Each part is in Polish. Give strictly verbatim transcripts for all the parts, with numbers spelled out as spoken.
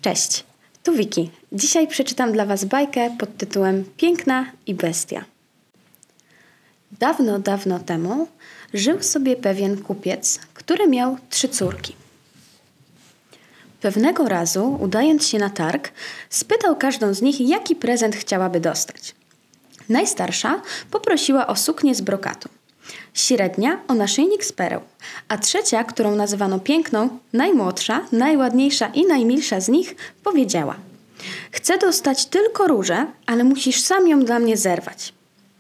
Cześć, tu Wiki. Dzisiaj przeczytam dla Was bajkę pod tytułem Piękna i bestia. Dawno, dawno temu żył sobie pewien kupiec, który miał trzy córki. Pewnego razu, udając się na targ, spytał każdą z nich, jaki prezent chciałaby dostać. Najstarsza poprosiła o suknię z brokatu, średnia o naszyjnik z pereł, a trzecia, którą nazywano Piękną, najmłodsza, najładniejsza i najmilsza z nich, powiedziała: chcę dostać tylko różę, ale musisz sam ją dla mnie zerwać.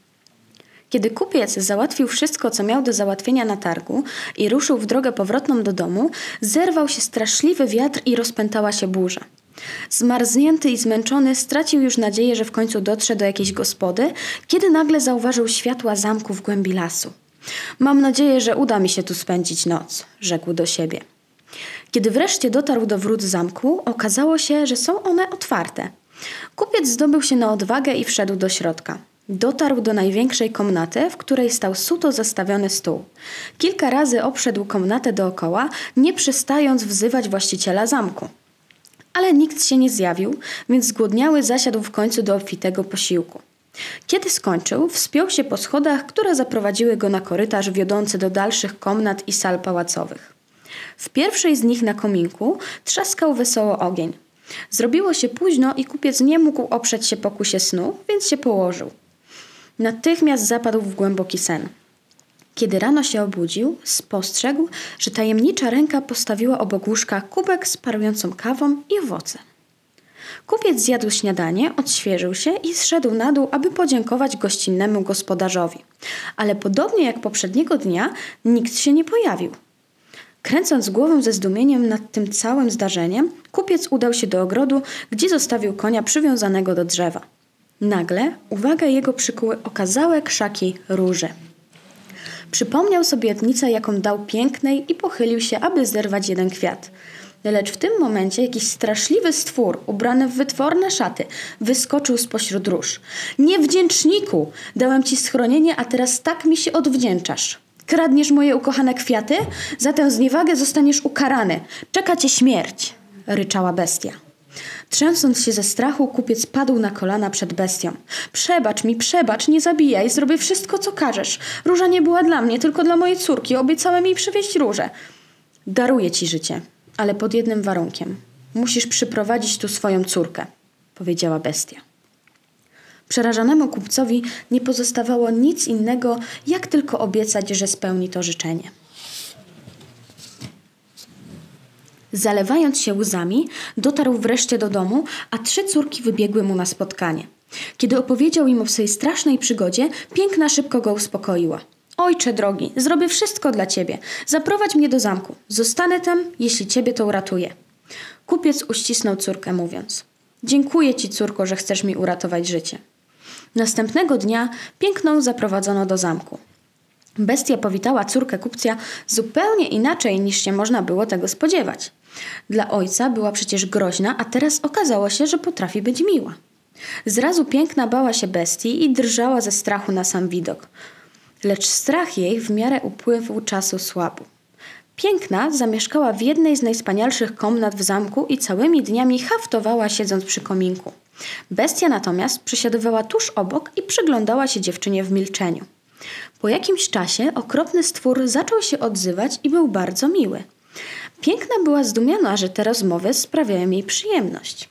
Kiedy kupiec załatwił wszystko, co miał do załatwienia na targu i ruszył w drogę powrotną do domu, zerwał się straszliwy wiatr i rozpętała się burza. Zmarznięty i zmęczony stracił już nadzieję, że w końcu dotrze do jakiejś gospody, kiedy nagle zauważył światła zamku w głębi lasu. Mam nadzieję, że uda mi się tu spędzić noc, rzekł do siebie. Kiedy wreszcie dotarł do wrót zamku, okazało się, że są one otwarte. Kupiec zdobył się na odwagę i wszedł do środka. Dotarł do największej komnaty, w której stał suto zastawiony stół. Kilka razy obszedł komnatę dookoła, nie przestając wzywać właściciela zamku. Ale nikt się nie zjawił, więc zgłodniały zasiadł w końcu do obfitego posiłku. Kiedy skończył, wspiął się po schodach, które zaprowadziły go na korytarz wiodący do dalszych komnat i sal pałacowych. W pierwszej z nich na kominku trzaskał wesoło ogień. Zrobiło się późno i kupiec nie mógł oprzeć się pokusie snu, więc się położył. Natychmiast zapadł w głęboki sen. Kiedy rano się obudził, spostrzegł, że tajemnicza ręka postawiła obok łóżka kubek z parującą kawą i owoce. Kupiec zjadł śniadanie, odświeżył się i zszedł na dół, aby podziękować gościnnemu gospodarzowi. Ale podobnie jak poprzedniego dnia, nikt się nie pojawił. Kręcąc głową ze zdumieniem nad tym całym zdarzeniem, kupiec udał się do ogrodu, gdzie zostawił konia przywiązanego do drzewa. Nagle uwagę jego przykuły okazałe krzaki róży. Przypomniał sobie obietnicę, jaką dał Pięknej i pochylił się, aby zerwać jeden kwiat. Lecz w tym momencie jakiś straszliwy stwór, ubrany w wytworne szaty, wyskoczył spośród róż. Niewdzięczniku! Dałem ci schronienie, a teraz tak mi się odwdzięczasz. Kradniesz moje ukochane kwiaty? Za tę zniewagę zostaniesz ukarany. Czeka cię śmierć! Ryczała bestia. Trzęsąc się ze strachu, kupiec padł na kolana przed bestią. Przebacz mi, przebacz, nie zabijaj, zrobię wszystko, co każesz. Róża nie była dla mnie, tylko dla mojej córki. Obiecałem jej przywieźć różę. Daruję ci życie, ale pod jednym warunkiem. Musisz przyprowadzić tu swoją córkę, powiedziała bestia. Przerażonemu kupcowi nie pozostawało nic innego, jak tylko obiecać, że spełni to życzenie. Zalewając się łzami, dotarł wreszcie do domu, a trzy córki wybiegły mu na spotkanie. Kiedy opowiedział im o swej strasznej przygodzie, Piękna szybko go uspokoiła. Ojcze drogi, zrobię wszystko dla ciebie. Zaprowadź mnie do zamku. Zostanę tam, jeśli ciebie to uratuje. Kupiec uścisnął córkę, mówiąc: dziękuję ci, córko, że chcesz mi uratować życie. Następnego dnia Piękną zaprowadzono do zamku. Bestia powitała córkę kupca zupełnie inaczej, niż się można było tego spodziewać. Dla ojca była przecież groźna, a teraz okazało się, że potrafi być miła. Zrazu Piękna bała się bestii i drżała ze strachu na sam widok. Lecz strach jej w miarę upływu czasu słabł. Piękna zamieszkała w jednej z najwspanialszych komnat w zamku i całymi dniami haftowała, siedząc przy kominku. Bestia natomiast przesiadywała tuż obok i przyglądała się dziewczynie w milczeniu. Po jakimś czasie okropny stwór zaczął się odzywać i był bardzo miły. Piękna była zdumiona, że te rozmowy sprawiają jej przyjemność.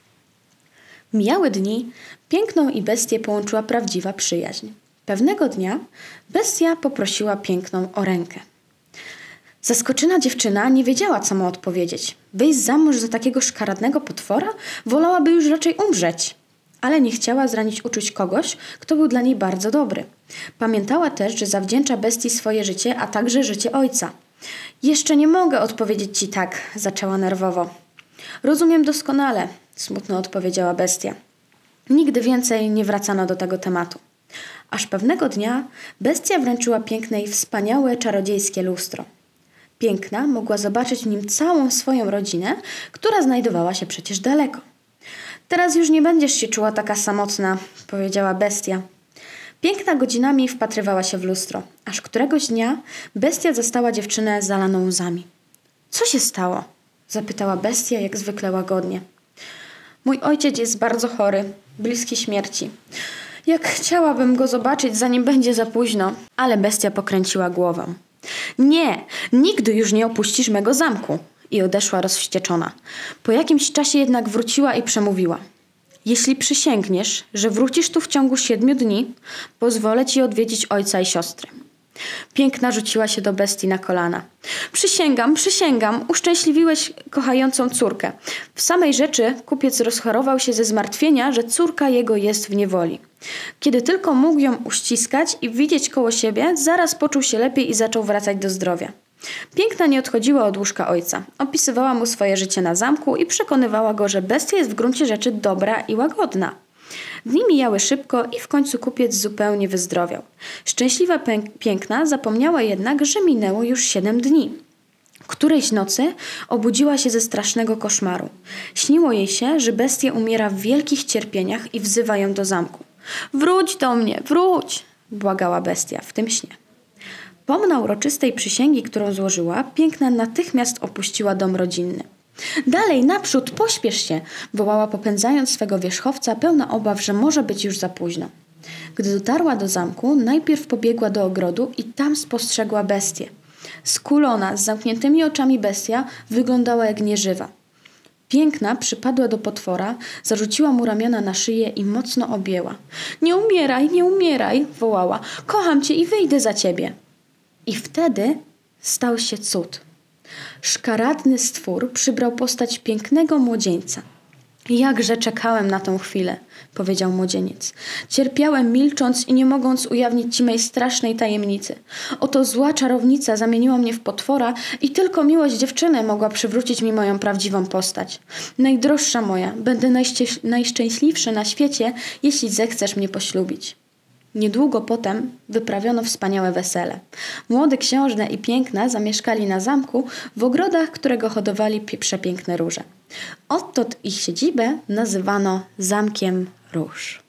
Mijały dni, Piękną i bestię połączyła prawdziwa przyjaźń. Pewnego dnia bestia poprosiła Piękną o rękę. Zaskoczona dziewczyna nie wiedziała, co ma odpowiedzieć. Wyjść za mąż za takiego szkaradnego potwora? Wolałaby już raczej umrzeć. Ale nie chciała zranić uczuć kogoś, kto był dla niej bardzo dobry. Pamiętała też, że zawdzięcza bestii swoje życie, a także życie ojca. Jeszcze nie mogę odpowiedzieć ci tak, zaczęła nerwowo. Rozumiem doskonale, smutno odpowiedziała bestia. Nigdy więcej nie wracano do tego tematu. Aż pewnego dnia bestia wręczyła Pięknej wspaniałe, czarodziejskie lustro. Piękna mogła zobaczyć w nim całą swoją rodzinę, która znajdowała się przecież daleko. Teraz już nie będziesz się czuła taka samotna, powiedziała bestia. Piękna godzinami wpatrywała się w lustro, aż któregoś dnia bestia zastała dziewczynę zalaną łzami. Co się stało? Zapytała bestia jak zwykle łagodnie. Mój ojciec jest bardzo chory, bliski śmierci. Jak chciałabym go zobaczyć, zanim będzie za późno. Ale bestia pokręciła głową. Nie, nigdy już nie opuścisz mego zamku. I odeszła rozwścieczona. Po jakimś czasie jednak wróciła i przemówiła. Jeśli przysięgniesz, że wrócisz tu w ciągu siedmiu dni, pozwolę ci odwiedzić ojca i siostry. Piękna rzuciła się do bestii na kolana. Przysięgam, przysięgam, uszczęśliwiłeś kochającą córkę. W samej rzeczy kupiec rozchorował się ze zmartwienia, że córka jego jest w niewoli. Kiedy tylko mógł ją uściskać i widzieć koło siebie, zaraz poczuł się lepiej i zaczął wracać do zdrowia. Piękna nie odchodziła od łóżka ojca. Opisywała mu swoje życie na zamku i przekonywała go, że bestia jest w gruncie rzeczy dobra i łagodna. Dni mijały szybko i w końcu kupiec zupełnie wyzdrowiał. Szczęśliwa Piękna zapomniała jednak, że minęło już siedem dni. Którejś nocy obudziła się ze strasznego koszmaru. Śniło jej się, że bestia umiera w wielkich cierpieniach i wzywa ją do zamku. Wróć do mnie, wróć! Błagała bestia w tym śnie. Pomna uroczystej przysięgi, którą złożyła, Piękna natychmiast opuściła dom rodzinny. Dalej, naprzód, pośpiesz się! Wołała, popędzając swego wierzchowca, pełna obaw, że może być już za późno. Gdy dotarła do zamku, najpierw pobiegła do ogrodu i tam spostrzegła bestię. Skulona, z zamkniętymi oczami bestia wyglądała jak nieżywa. Piękna przypadła do potwora, zarzuciła mu ramiona na szyję i mocno objęła. Nie umieraj, nie umieraj! Wołała. Kocham cię i wyjdę za ciebie. I wtedy stał się cud. Szkaradny stwór przybrał postać pięknego młodzieńca. Jakże czekałem na tę chwilę, powiedział młodzieniec. Cierpiałem milcząc i nie mogąc ujawnić ci mej strasznej tajemnicy. Oto zła czarownica zamieniła mnie w potwora i tylko miłość dziewczyny mogła przywrócić mi moją prawdziwą postać. Najdroższa moja, będę najście- najszczęśliwszy na świecie, jeśli zechcesz mnie poślubić. Niedługo potem wyprawiono wspaniałe wesele. Młody książę i Piękna zamieszkali na zamku w ogrodach, którego hodowali przepiękne róże. Odtąd ich siedzibę nazywano Zamkiem Róż.